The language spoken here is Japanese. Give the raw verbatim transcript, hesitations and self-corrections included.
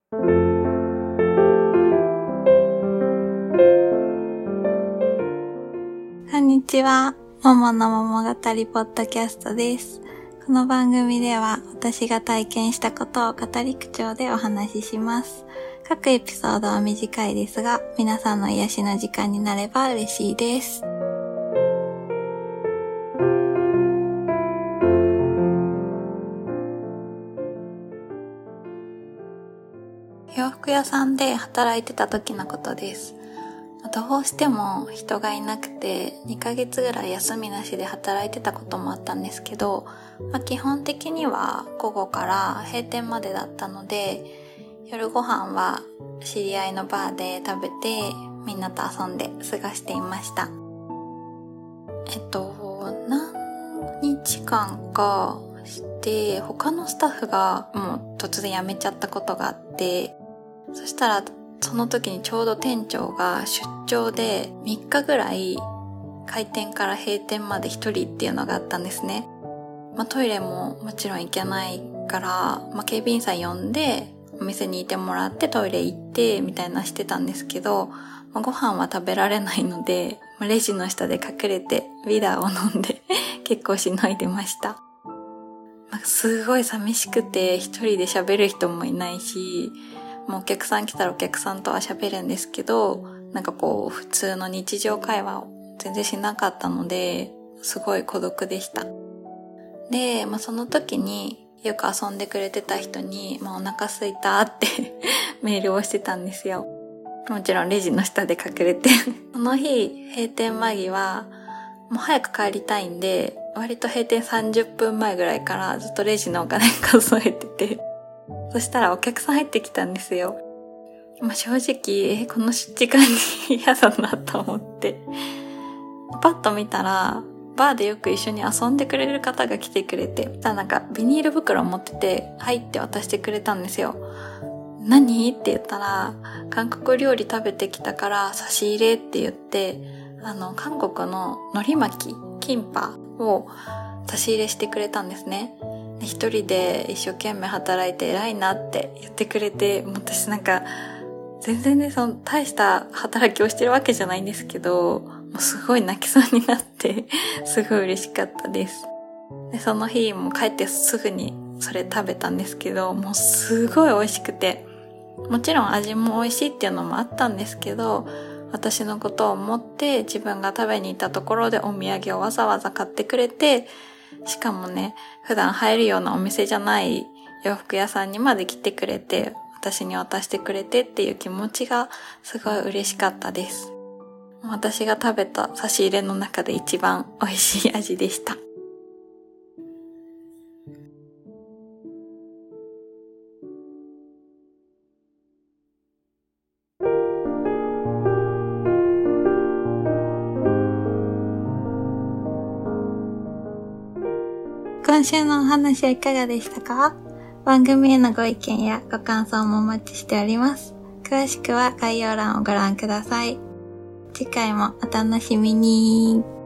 こんにちは。ももの桃語りポッドキャストです。この番組では私が体験したことを語り口調でお話しします。各エピソードは短いですが、皆さんの癒しの時間になれば嬉しいです。洋服屋さんで働いてた時のことです。どうしても人がいなくてにかげつぐらい休みなしで働いてたこともあったんですけど、まあ、基本的には午後から閉店までだったので、夜ご飯は知り合いのバーで食べてみんなと遊んで過ごしていました。えっと何日間かして他のスタッフがもう突然辞めちゃったことがあって、そしたらその時にちょうど店長が出張でみっかぐらい開店から閉店まで一人っていうのがあったんですね。まあ、トイレももちろん行けないから、まあ、警備員さん呼んでお店にいてもらってトイレ行ってみたいなしてたんですけど、まあ、ご飯は食べられないので、まあ、レジの下で隠れてビダーを飲んで結構しのいでました。まあ、すごい寂しくて一人で喋る人もいないし、もうお客さん来たらお客さんとは喋るんですけど、なんかこう普通の日常会話を全然しなかったので、すごい孤独でした。で、まあ、その時によく遊んでくれてた人に、まあ、お腹空いたってメールをしてたんですよ。もちろんレジの下で隠れてその日閉店間際、もう早く帰りたいんで、割と閉店さんじゅっぷんまえぐらいからずっとレジのお金数えてて、そしたらお客さん入ってきたんですよ。まあ、正直、え、この時間に嫌だなと思って。パッと見たら、バーでよく一緒に遊んでくれる方が来てくれて、ただなんかビニール袋を持ってて、はいって渡してくれたんですよ。何って言ったら、韓国料理食べてきたから差し入れって言って、あの、韓国の海苔巻き、キンパを差し入れしてくれたんですね。一人で一生懸命働いて偉いなって言ってくれて、もう私なんか全然ね、その大した働きをしてるわけじゃないんですけど、もうすごい泣きそうになってすごい嬉しかったです。で、その日も帰ってすぐにそれ食べたんですけど、もうすごい美味しくて、もちろん味も美味しいっていうのもあったんですけど、私のことを思って自分が食べに行ったところでお土産をわざわざ買ってくれて、しかもね、普段入るようなお店じゃない洋服屋さんにまで来てくれて、私に渡してくれてっていう気持ちがすごい嬉しかったです。私が食べた差し入れの中で一番美味しい味でした。今週のお話はいかがでしたか？番組へのご意見やご感想もお待ちしております。詳しくは概要欄をご覧ください。次回もお楽しみに。